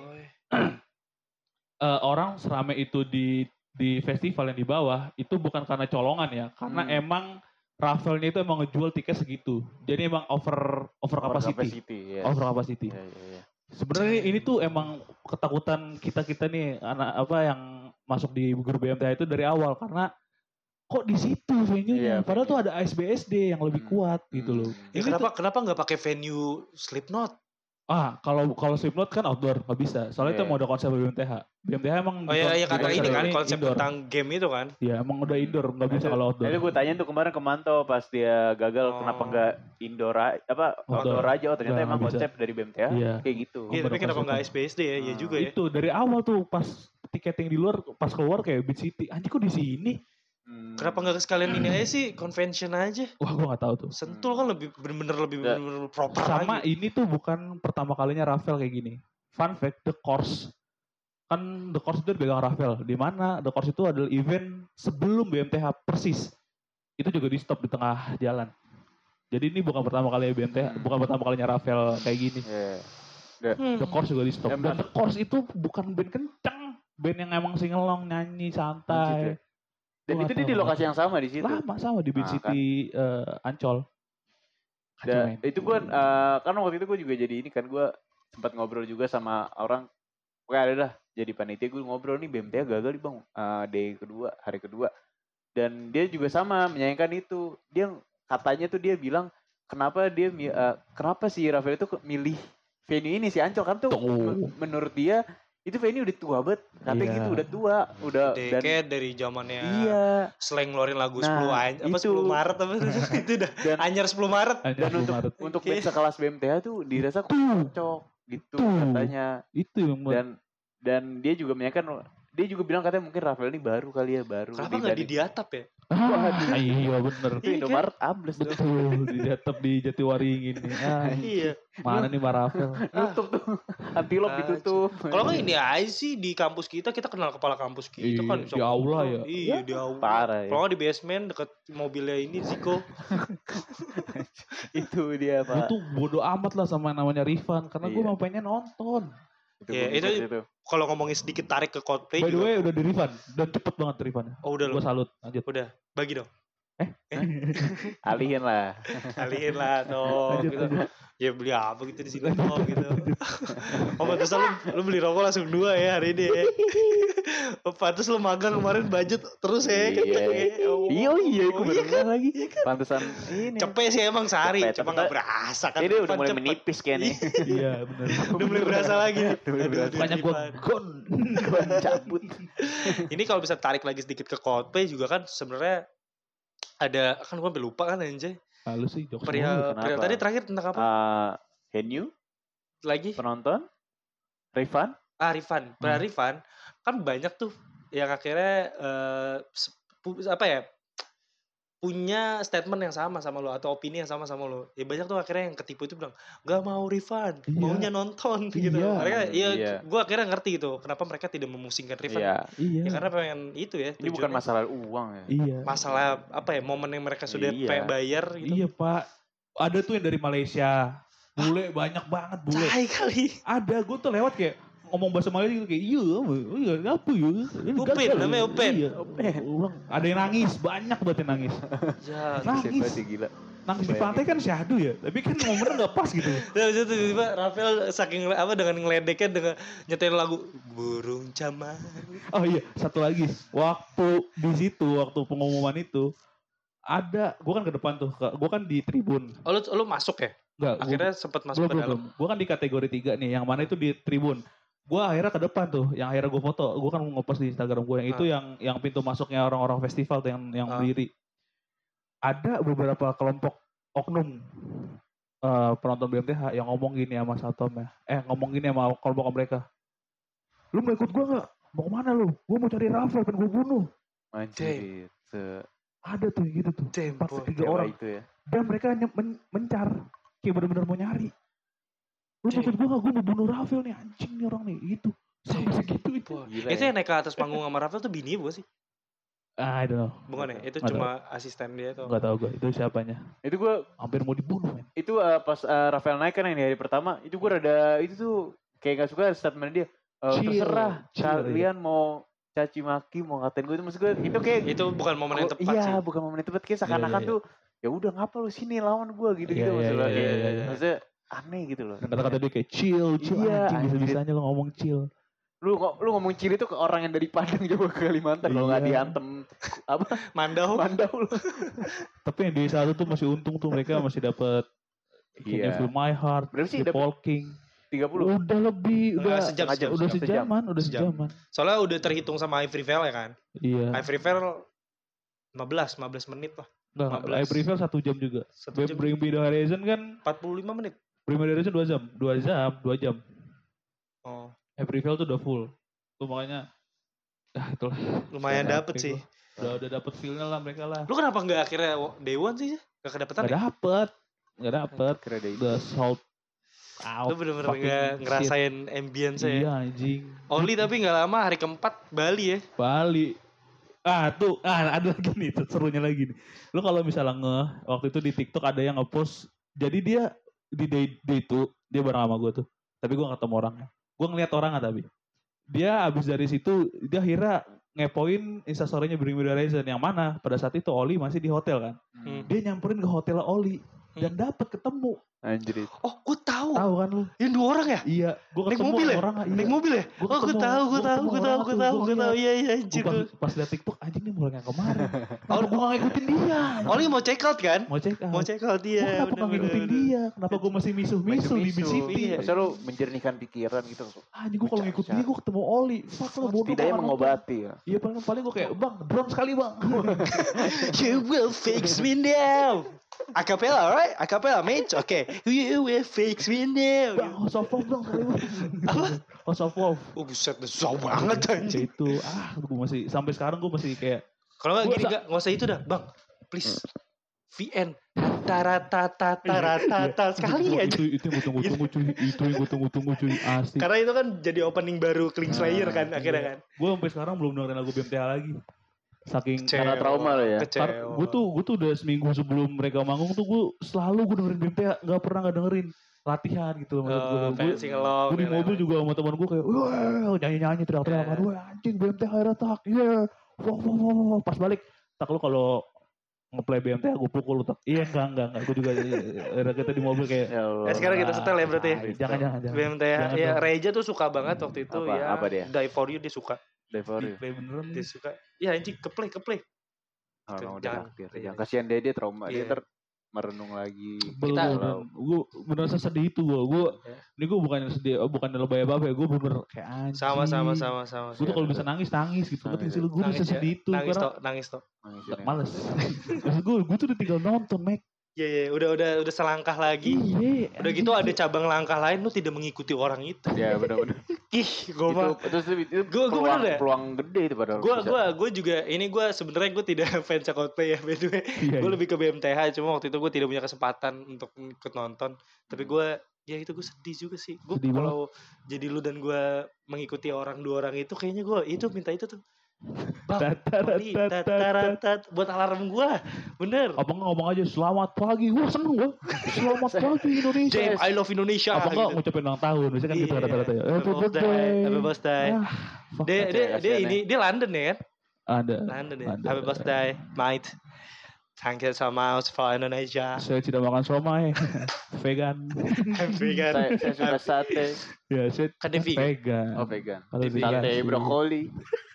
orang seramai itu di festival yang di bawah. Itu bukan karena colongan ya. Karena emang Rafaelnya itu emang ngejual tiket segitu. Jadi emang over capacity. Over capacity. Iya. Sebenarnya ini tuh emang ketakutan kita nih yang masuk di grup BMTH itu dari awal, karena kok di situ venue-nya, padahal tuh ada ASBSD yang lebih kuat gitu loh. Kenapa nggak pakai venue Slipknot? Kalau Slipknot kan outdoor nggak bisa, soalnya itu mau ada konsep BMTH. BMTH emang karena ini kan konsep indoor. Tentang game itu kan. Iya emang udah indoor, nggak bisa kalau outdoor. Itu gue tanya tuh kemarin ke Manto pas dia gagal kenapa nggak indoor outdoor aja. Ternyata emang konsep dari BMTH kayak gitu. Iya tapi kenapa nggak SBSD ya? Iya juga ya. Itu dari awal tuh pas tiketing di luar, pas keluar kayak Beat City. Anjir kok di sini? Kenapa nggak sekalian ini aja sih, convention aja? Wah gue nggak tahu tuh. Sentul kan lebih bener-bener proper. Sama lagi. Ini tuh bukan pertama kalinya Rafael kayak gini. Fun fact, The Course. kan The Course itu dipegang Rafael. Di mana The Course itu adalah event sebelum BMTH persis. Itu juga di stop di tengah jalan. Jadi ini bukan pertama kali BMTH, bukan pertama kalinya Rafael kayak gini. The Course juga di stop. Dan The Course itu bukan band kenceng, band yang emang singelong nyanyi santai. Dan itu dia di lokasi yang sama di situ. Sama di Beat City Ancol. Dan itu gue kan waktu itu gue juga jadi ini kan gue sempat ngobrol juga sama orang. Oke ada dah jadi panitia gue ngobrol nih BMTH gagal nih bang hari kedua. Dan dia juga sama menyayangkan itu. Dia katanya tuh dia bilang kenapa sih Rafael itu milih venue ini si Ancol kan tuh menurut dia itu venue udah tua banget katanya gitu udah tua udah kayak dari zamannya slang ngeluarin lagu 10 Maret apa itu udah anyar 10 Maret dan untuk band sekelas BMTH tuh dirasa cocok gitu katanya itu dan dia juga menyayangkan dia juga bilang katanya mungkin Rafael ini baru kali ya kenapa nggak di diatap ya iya bener itu Indomaret ambles betul di diatap di Jatiwaringin iya mana nih Mbak Rafael nutup tuh antilop ditutup kalau nggak ini aja sih di kampus kita kenal kepala kampus kita kan di aula ya iya di aula parah kalau di basement deket mobilnya ini Ziko itu dia Pak itu bodo amat lah sama namanya Rifan karena gue mau pengen nonton. Itu kalau ngomongin sedikit tarik ke Coldplay. By the way udah di refund, udah cepet banget refund. Oh udah. Gue salut. Lanjut. Udah, bagi dong. Alihin lah dong. Gitu. Ya beli apa gitu di sini dong gitu. Pantes lu beli rokok langsung 2 ya hari ini ya. Pantes lu magang kemarin budget terus ya. Iya, aku bener lagi. Pantesan ini. Cepet sih emang sehari, cuma nggak berasa kan. Ini udah mulai menipis kayaknya. Iya benar. Udah mulai berasa lagi. Makanya gue gon cabut. Ini kalau bisa tarik lagi sedikit ke Coldplay juga kan sebenarnya ada kan gue sampai lupa kan anjay. Lalu sih perihal tadi terakhir tentang apa? Venue lagi penonton Rifan Rifan kan banyak tuh yang akhirnya punya statement yang sama lo atau opini yang sama lo. Ya banyak tuh akhirnya yang ketipu itu bilang gak mau refund, maunya nonton gitu. Mereka gue akhirnya ngerti gitu kenapa mereka tidak memusingkan refund. Ya karena pengen itu ya. Ini bukan masalah uang ya. Masalah momen yang mereka sudah bayar gitu. Iya Pak. Ada tuh yang dari Malaysia. Bule banyak banget bule. Kali. Ada gue tuh lewat kayak ngomong bahasa Malaysia gitu kayak iya apa ya Upin namanya Upin. Ada yang nangis banyak banget yang nangis nangis di pantai kan syahdu ya tapi kan momennya nggak pas gitu tiba-tiba Rafael saking dengan ngeledeknya dengan nyetel lagu burung camar. Oh iya satu lagi waktu pengumuman itu ada gue kan ke depan tuh gue kan di tribun. Lu masuk ya? Enggak, akhirnya sempat masuk ke dalam. Gue kan di kategori 3 nih yang mana itu di tribun. Gue akhirnya ke depan tuh, yang akhirnya gue foto, gue kan ngepost di Instagram gue yang itu yang pintu masuknya orang-orang festival tuh yang berdiri. Ada beberapa kelompok oknum penonton BMTH yang ngomong gini sama Satom ya, ngomong gini sama kelompok mereka. Lu mau ikut gue nggak? Mau kemana lu? Gue mau cari Rafael, pengen gue bunuh. Anjir. Ada tuh gitu tuh, 4-3 orang. Itu ya. Dan mereka mencar, kayak benar-benar mau nyari. Lu maksud gue gak, gue mau bunuh Rafael nih, anjing nih orang nih, gitu. Sampai segitu itu. Itu yang naik ke atas panggung sama Rafael tuh bini bukan sih? I don't know. Bukan ya? Itu cuma asisten dia tuh. Gak tau gue, itu siapanya. Itu gue hampir mau dibunuh. Man. Itu pas Rafael naik kan yang di hari pertama, itu gue rada, itu tuh kayak gak suka statement dia. Terserah, kalian mau caci maki, mau ngatain gue, itu maksud gue, itu kayak. Itu bukan momen yang tepat sih. Iya, bukan momen yang tepat, kayak seakan-akan tuh, ya udah ngapa lu sini lawan gue gitu-gitu maksudnya. Maksudnya aneh gitu loh. Kata-kata dia kayak chill anjing bisa-bisanya lo ngomong chill. Lu ngomong chill itu ke orang yang dari Padang coba ke Kalimantan kalau nggak diantem apa Mandau loh. Tapi yang di satu tuh masih untung tuh mereka masih dapat Can You Feel My Heart, The Polking. 30. Udah lebih, udah sejaman. Soalnya udah terhitung sama Ivory Vale ya kan? Iya. Ivory Vale 15 menit lah. Enggak, Ivory Vale 1 jam juga. Bring Me The Horizon kan 45 menit. Bring Me The Horizon 2 jam. Oh. Ivory Vale tuh udah full. Tuh makanya itulah. Lumayan dapet sih. Udah dapet feel-nya lah mereka lah. Lu kenapa enggak akhirnya Day One sih? Enggak kedapetan? Enggak dapet. Udah sold Lu bener-bener gak ngerasain ambience ya. Iya anjing. Oli tapi gak lama hari keempat Bali ya. Bali. Ada lagi nih, serunya lagi nih. Lu kalau misalnya waktu itu di TikTok ada yang ngepost, jadi dia di day itu dia bareng sama gue tuh. Tapi gue gak ketemu orangnya. Gue ngeliat orangnya tapi. Dia abis dari situ dia akhirnya ngepoin instastorynya Bring Me The Horizon yang mana pada saat itu Oli masih di hotel kan. Dia nyamperin ke hotel Oli dan dapat ketemu. Anjir. Oh, gue tahu. Tahu kan lu? Yang 2 orang ya? Iya, gue ketemu mobil ya? orang. Iya. Naik mobil ya? Gua oh, gue tahu. Iya, anjir. Pas liat TikTok, anjing nih orang yang kemarin. Kenapa gue gak ngikutin dia? Oli mau check out kan? Mau check out dia. Kenapa gak ngikutin dia? Kenapa gue masih misuh-misuh di BCP? Masa lu menjernihkan pikiran gitu. Anjing gue kalau ngikutin dia gue ketemu Oli. Fuck lu bodoh. Setidaknya mengobati ya. Iya paling gue kayak, bang drone sekali bang. You will fix me now. Acapella, right? Acapella, mate. Okay. You will fix me now. Bang, House of Wolf dong kali bang. Apa? House of Wolf. Oh buset, susah banget anjing. Itu, gue masih, sampai sekarang gue masih kayak. Kalau gak gini gak usah itu dah, bang. Please. VN. Taratata sekali aja. Itu yang gue tunggu-tunggu cuy. Itu yang gue tunggu-tunggu cuy. Asli. Karena itu kan jadi opening baru Cling Slayer kan akhirnya kan. Gue sampai sekarang belum dengerin lagu BMTH lagi. Saking karena trauma lo ya. Gue tuh udah seminggu sebelum mereka manggung tuh gue selalu dengerin BMTH, nggak pernah nggak dengerin latihan gitu loh. Gue di mobil juga sama teman gue kayak, wah nyanyi teriak-teriak, wah anjing BMTH retak, yeah, wah pas balik tak lu kalau ngeplay BMTH gue pukul lu tak, iya enggak, gue juga kita di mobil kayak. Sekarang kita setel ya berarti. Jangan. BMTH, ya Reja tuh suka banget waktu itu ya. Apa dia? Die For You dia suka. Play beneran dia suka. Ya anjing keplay. Jangan kasihan dia trauma. Dia merenung lagi. Gue bener sedih itu gue. Ini gue bukannya sedih, bukannya lebay apa ya. Gue bener kayak anjing. Sama. Gue tuh kalau bisa nangis gitu. Ngerti sih lu gue bisa sedih itu. Nangis toh. Males. Gue tuh udah tinggal nonton, Mek. Iya, udah selangkah lagi. Iya. Udah gitu ada cabang langkah lain, lu tidak mengikuti orang itu. Ya benar. Gue mah. Itu peluang gede itu padahal. Gue juga, ini gue sebenarnya gue tidak fans Coldplay ya, by the way. Gue lebih ke BMTH, cuma waktu itu gue tidak punya kesempatan untuk ikut nonton. Tapi gue, ya itu gue sedih juga sih. Gue kalau jadi lu dan gue mengikuti 2 orang itu, kayaknya gue itu minta itu tuh. Bang, buat alarm gue, bener. Apa nggak ngomong aja selamat pagi, wah seneng gue. Selamat pagi Indonesia. James, I love Indonesia. Apa nggak ngucapin ulang tahun, biasanya kan gitu rata-rata ya. Happy birthday. Dia London ya kan? Ada. London ya. Happy birthday, mate. Thank you so much for Indonesia. Saya tidak makan somai, vegan. Saya suka sate. Ya, saya kan vegan. Oh vegan. Sate brokoli.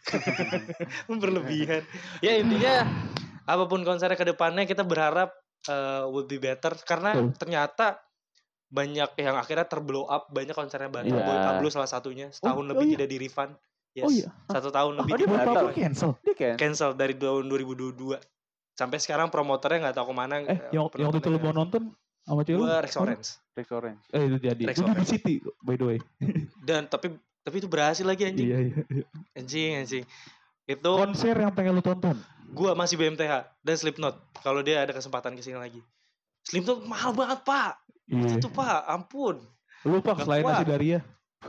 Berlebihan. Ya intinya apapun konsernya ke depannya kita berharap would be better karena ternyata banyak yang akhirnya terblow up, banyak konsernya batal. Boy Pablo salah satunya setahun lebih tidak di refund. Yes. 1 tahun lebih dia batal. Cancel dari tahun 2022. Sampai sekarang promotornya nggak tahu kemana. Yang waktu itu lu mau nonton sama cewek? Gue Rex Orange. Itu jadi. Itu di City by the way. Dan tapi itu berhasil lagi anjing. Iya. Anjing. Itu konser yang pengen lu tonton. Gua masih BMTH dan Slipknot. Kalau dia ada kesempatan kesini lagi. Slipknot mahal banget, Pak. Itu Pak, ampun. Lu Pak selain Nasi Daria.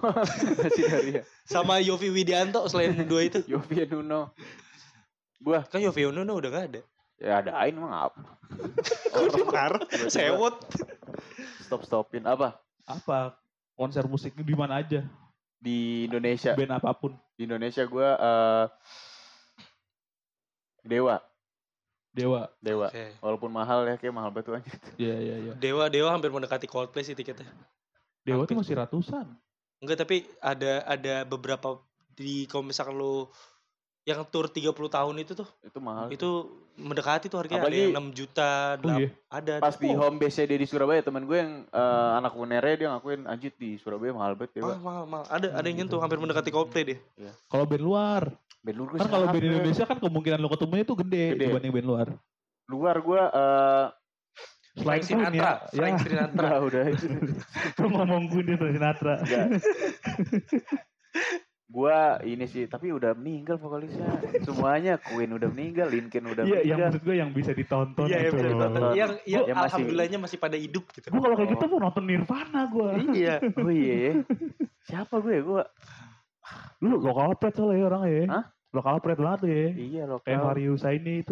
Sama Yovie Widianto selain 2 itu. Yovie Nuno. Kan Yovie Nuno udah gak ada. Ya ada Ain emang apa? Sewot. Stopin apa? Konser musiknya di mana aja? Di Indonesia. Band apapun. Di Indonesia gue Dewa. Okay. Walaupun mahal ya, kayak mahal banget aja. Iya. Dewa hampir mendekati Coldplay sih tiketnya. Dewa tuh masih ratusan. Enggak, tapi ada beberapa kalau misalkan lo yang tour 30 tahun itu tuh. Itu mahal. Itu mendekati tuh harganya. Apalagi, ada 6 juta. Ada. Pas di home base dia di Surabaya, temen gue yang anak UNER dia ngakuin anjir di Surabaya mahal banget. Mahal. Ada yang nyentuh hampir mendekati Coldplay deh. Iya. Kalau band luar kan kalau band Indonesia kan kemungkinan lo ketemunya tuh gede dibanding band luar. Luar gue Frank Sinatra. Udah. Lu ngomong gue di Frank Sinatra. Gua ini sih, tapi udah meninggal vokalisnya. Semuanya Queen udah meninggal, Linkin udah meninggal. Iya, yang maksud gue yang bisa ditonton Iya, itu. bisa ditonton. Yang masih, alhamdulillahnya masih pada hidup gitu. Gue kalau kayak gitu mau nonton Nirvana gue. Iya. Oh iya. Siapa gue ya? Lu lokal pret soalnya orang ya. Hah? Lokal pret banget ya. Iya lokal. Kayak Marius ini itu.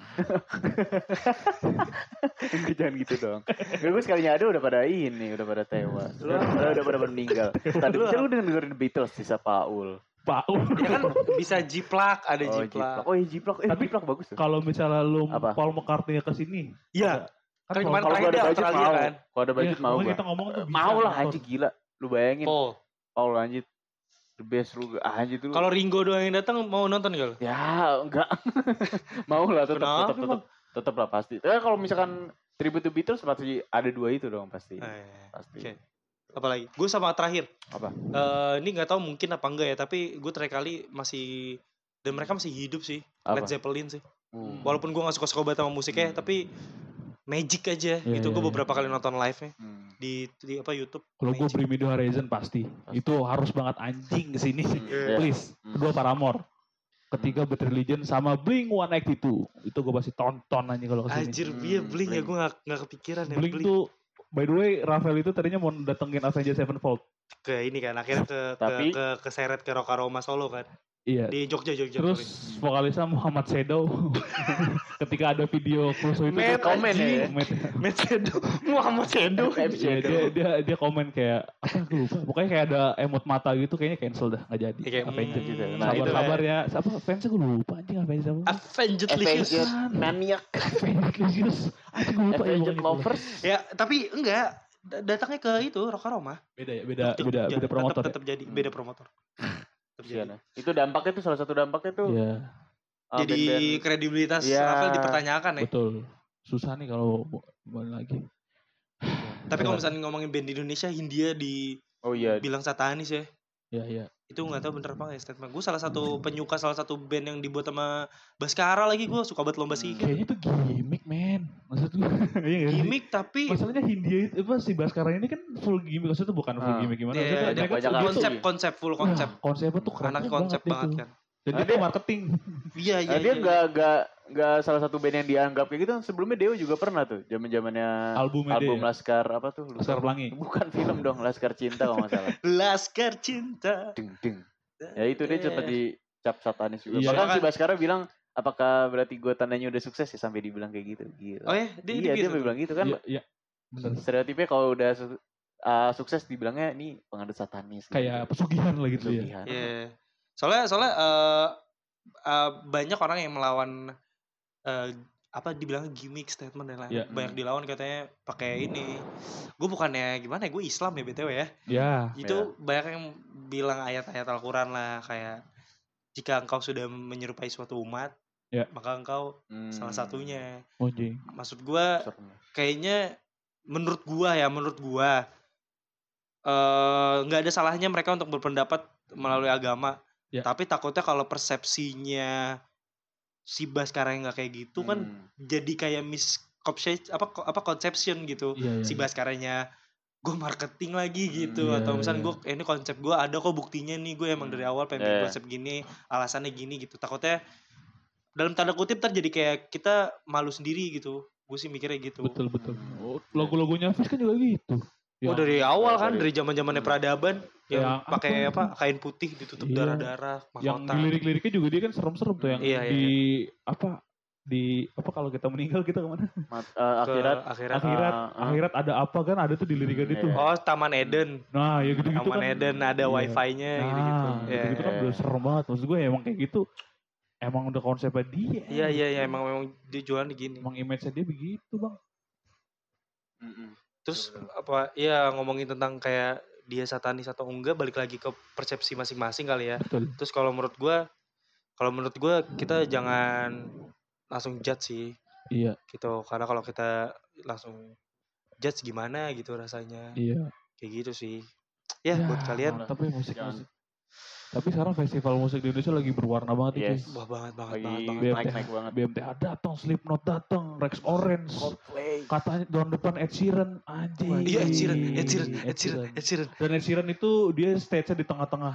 Jangan gitu dong. Gue sekalinya ada udah pada tewas. Udah pada meninggal. Tadi lu dengerin Beatles sisa Paul. Ya kan bisa Jiplak, ada Jiplak. Oh iya Jiplak. Tapi Jiplak bagus tuh. kalau misalnya lu Paul McCartney ke sini. Iya. Kan kemarin terakhir di Australia kan. Kalau ada budget mau gua. Kita ngomong tuh mau lah anjir gila. Lu bayangin. Paul anjir. The best lu anjir tuh. Kalau Ringo doang yang datang mau nonton enggak lu? Ya, enggak. Mau lah tetap lah pasti. Kalau misalkan tribute to Beatles pasti ada 2 itu dong pasti. Pasti. Okay. Apalagi gue sama terakhir apa ini nggak tahu mungkin apa enggak ya, tapi gue terakhir kali masih dan mereka masih hidup sih. Apa? Led Zeppelin sih. Walaupun gue nggak suka banget sama musiknya, tapi magic aja gitu. Gue beberapa kali nonton live-nya di apa YouTube. Kalau gue Bring Me The Horizon pasti itu harus banget anjing kesini. Please. Kedua Paramore. Ketiga Bad Religion sama Blink-182. Itu gue pasti tonton aja kalau kesini. Anjir, Blink ya gue nggak kepikiran ya. Blink tuh, by the way, Rafael itu tadinya mau datengin Avenged Sevenfold. Ke ini kan, akhirnya ke seret ke Rock Aroma Solo kan. Iya. Di Jogja. Terus vokalisnya Muhammad Shadow. Ketika ada video Crusoe itu komen ya. Matt Shadow. Muhammad Shadow. Dia komen kayak apa gue lupa. Pokoknya kayak ada emot mata gitu, kayaknya cancel dah, enggak jadi. Avenged gitu. Nah, sabar ya. Siapa fansnya gue lupa anjing Avenged apa? Avenged Maniac. Avenged Avenged Lovers. Ya, tapi enggak. Datangnya ke itu Rock Aroma. Beda promotor. Tetap jadi beda promotor. Itu dampaknya tuh, salah satu dampaknya tuh. Iya. Jadi kredibilitas Rafael dipertanyakan ya. Betul. Susah nih kalau balik lagi. Tapi kalau misalnya ngomongin band di Indonesia, Hindia bilang satanis ya. Iya. Itu gak tahu bener apa ya statement. Gue salah satu penyuka salah satu band yang dibuat sama Baskara lagi. Gue suka banget Lomba Siga. Kayaknya itu gimmick men. Maksud gue gimmick tapi masalahnya Hindia itu si Baskara ini kan full gimmick. Maksudnya itu bukan full gimmick gimana. Konsep full konsep. Konsepnya tuh keren. Anak konsep banget kan. Jadi dia marketing. Iya. Dia enggak salah satu band yang dianggap kayak gitu. Sebelumnya Dewa juga pernah tuh, zaman-zamannya album Laskar apa tuh? Laskar Pelangi. Bukan film dong, Laskar Cinta kalau enggak salah. Laskar Cinta. Ding. Ya itu dia sempat dicap satanis juga. Bahkan si Baskara bilang, apakah berarti gue tandanya udah sukses ya sampai dibilang kayak gitu. Gila. Oh ya? Dia bilang gitu kan. Iya. Benar. Stereotipnya kalau udah sukses dibilangnya ini pengadut satanis. Kayak pesugihan lah gitu ya. Iya. Soalnya banyak orang yang melawan dibilang gimmick statement dan lain-lain. Banyak dilawan katanya pakai ini. Gue bukannya gimana ya, gue Islam ya BTW ya. Iya. Itu banyak yang bilang ayat-ayat Al-Quran lah, kayak jika engkau sudah menyerupai suatu umat, maka engkau salah satunya. Maksud gue kayaknya menurut gue nggak ada salahnya mereka untuk berpendapat melalui agama. Tapi takutnya kalau persepsinya si Baskara yang nggak kayak gitu kan jadi kayak misconception gitu. Si Baskaranya gue marketing lagi gitu atau misalnya gue ini konsep gue ada kok buktinya nih, gue emang dari awal pengen konsep gini, alasannya gini gitu. Takutnya dalam tanda kutip jadi kayak kita malu sendiri gitu. Gue sih mikirnya gitu. Betul. Logo-logonya Fish kan juga gitu. Dari awal kan, dari zaman-zamannya peradaban yang pakai kain putih ditutup darah-darah, mahkota. Yang di lirik-liriknya juga dia kan serem-serem tuh yang di kalau kita meninggal kita kemana? Akhirat ada apa kan, ada tuh di liriknya itu. Oh, Taman Eden. Nah, ya gitu-gitu Taman kan. Eden ada wifi-nya gitu-gitu. Gitu kan udah serem banget. Maksud gue emang kayak gitu. Emang udah konsepnya dia. Iya, emang dia jualan gini. Emang image-nya dia begitu, Bang. Terus ngomongin tentang kayak dia satanis atau enggak, balik lagi ke persepsi masing-masing kali ya. Betul. Terus kalau menurut gue kita jangan langsung judge sih. Iya. Gitu, karena kalau kita langsung judge gimana gitu rasanya. Iya. Kayak gitu sih. Ya buat kalian. Tapi musik. Tapi sekarang festival musik di Indonesia lagi berwarna banget Wah banget. Naik banget. BMTH datang, Slipknot datang, Rex Orange, Coldplay. Katanya tahun depan Ed Sheeran, anjing. Iya Ed Sheeran. Dan Ed Sheeran itu dia stage-nya di tengah-tengah.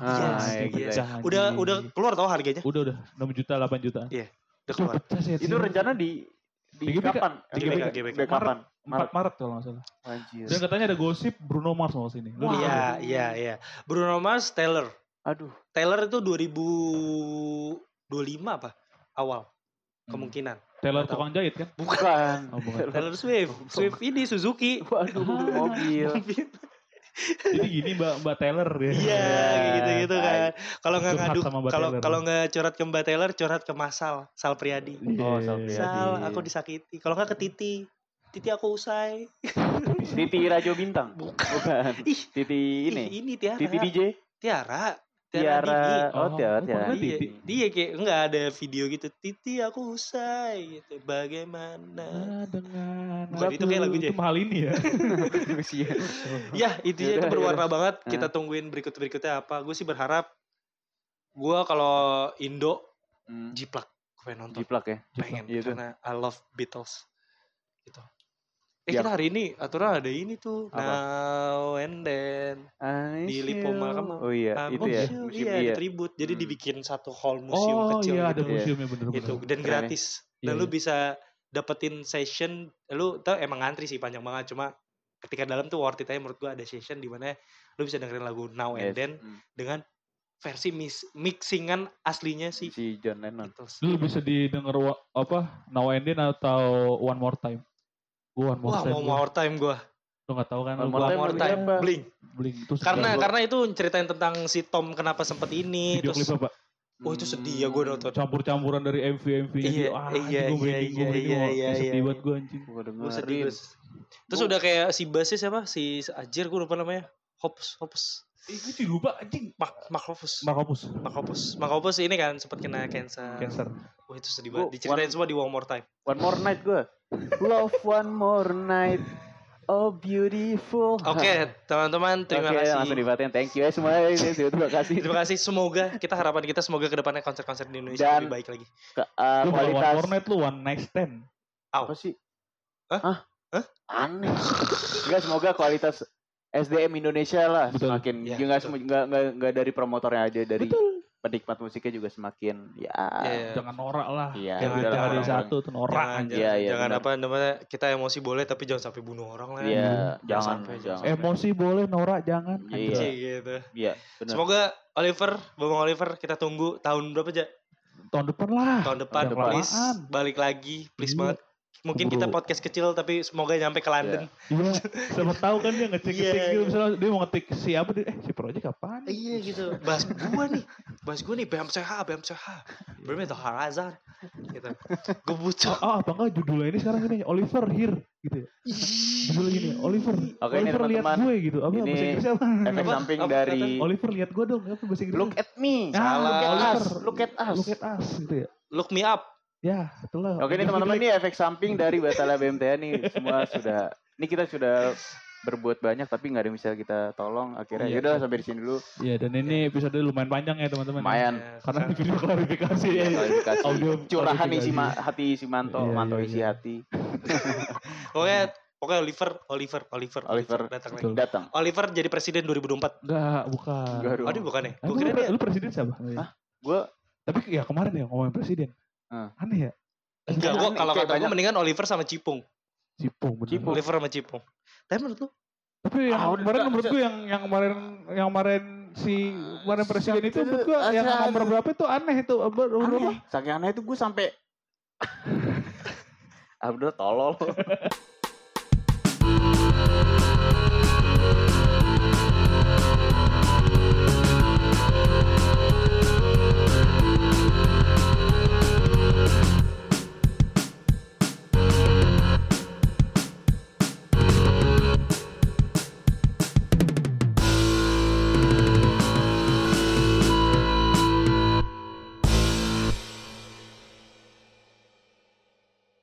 Udah keluar tau harganya? Udah 6 juta 8 juta. Iya. Udah keluar. Itu rencana di kapan? GBK. Kapan? 4 Maret kalau nggak salah. Anjir. Dan katanya ada gosip Bruno Mars mau sini. Iya. Bruno Mars, Taylor. Aduh. Taylor itu 2025 apa? Awal. Kemungkinan. Taylor tukang jahit kan? Bukan. Taylor Swift. Swift ini Suzuki. Waduh, mobil. Jadi gini Mbak Taylor ya. Iya, gitu kan. Kalau nggak ngadu, kalau nggak curhat ke Mbak Taylor, curhat ke Sal Priadi. Oh, Sal Priadi. Sal, aku disakiti. Kalau nggak ke Titi aku usai. Titi Rajo Bintang. Bukan. Titi ini. Ini Tiara. Titi DJ. Tiara. Tiara. Dia kayak enggak ada video gitu. Titi aku usai gitu. Bagaimana dengan bukan itu kayak lagunya. Itu mahal ini ya. Ya, intinya itu berwarna banget. Kita tungguin berikutnya apa. Gue sih berharap gue kalau Indo Jiplak gue nonton. Jiplak ya. Pengen karena I love Beatles. Gitu. Kita hari ini aturan ada ini tuh. Apa? Now and Then di Lipo Malcolm. Oh iya, itu ya. Iya, ada tribute. Jadi dibikin satu hall museum kecil gitu. Oh iya, ada museumnya bener-bener. Itu dan gratis. Dan lu bisa dapetin session. Lu tau emang ngantri sih panjang banget. Cuma ketika dalam tuh worth it aja menurut gua ada session di mana lu bisa dengerin lagu Now and Then dengan versi mixingan aslinya si John Lennon. Lu bisa didengar Now and Then atau One More Time. One More Time gue. Lu gak tahu kan? One More Time. Blink. Karena itu ceritain tentang si Tom kenapa sempet ini. Video klip apa? Oh itu sedih ya gue nonton. Campur-campuran dari MV-nya. Iya. Sedih banget gue anjing. Gue sedih. Terus udah kayak si bassnya siapa? Si Ajir gue lupa namanya. Hops. Itu sih lupa anjing. Mark Hoppus ini kan sempat kena cancer. Wah itu sedih banget. Diceritain semua di One More Time. One More Night gue. Love One More Night. Oh beautiful. Oke, teman-teman terima kasih. Langsung dibatin. Thank you ya semuanya. Terima kasih. Semoga harapan kita semoga kedepannya konser-konser di Indonesia lebih baik lagi. Kualitas One More Night lu One Night Stand. Apa sih? Hah? Aneh. Enggak, semoga kualitas SDM Indonesia lah semakin nggak dari promotornya aja, dari penikmat musiknya juga semakin jangan norak lah. Jangan ada satu tuh norak. Jangan apa namanya, kita emosi boleh tapi jangan sampai bunuh orang lah. Jangan. Emosi boleh, norak jangan. Gitu. Iya. Semoga Bang Oliver kita tunggu tahun berapa aja? Tahun depan lah. Tahun depan please balik lagi, please banget. Mungkin kita podcast kecil tapi semoga nyampe ke London. Iya. Siapa tahu kan dia ngecek-ngecek gitu, misalnya dia mau ngetik siapa dia, si project apaan? Iya gitu. Bahas gue nih BMCH. Bermain tuh Harazan. Gitu. Gue butuh. Apa enggak judulnya ini sekarang ini Oliver Here gitu ya. Judulnya gini, Oliver. Oke, Oliver lihat gue gitu. Apa bahasa Inggris apa? Efek samping dari Oliver lihat gue dong, apa bahasa Inggris? Look at me. Look at us gitu ya. Look me up. Ya, itulah. Oke, ini teman-teman, ini efek samping dari Batala BMTA nih. Semua sudah, ini kita sudah berbuat banyak tapi nggak ada yang bisa kita tolong. Akhirnya yaudah sampai di sini dulu. Iya, dan ini episode lumayan panjang ya teman-teman. Lumayan. Karena video klarifikasi. Audio curahan isi hati isi Manto isi hati. Pokoknya Oliver datang. Oliver jadi presiden 2024. Enggak, bukan. Aduh bukan ya. Gue kira dia. Lu presiden siapa? Hah? Gue. Tapi ya kemarin ya ngomongin presiden. Aneh ya? Enggak, gue kalau kata gue mendingan Oliver sama Cipung. Oliver sama Cipung. Tapi menurut lu? Tapi yang kemarin menurut gue yang kemarin si kemarin presiden itu menurut gue yang nomor berapa itu aneh itu. Saking aneh itu gue sampai udah tolol.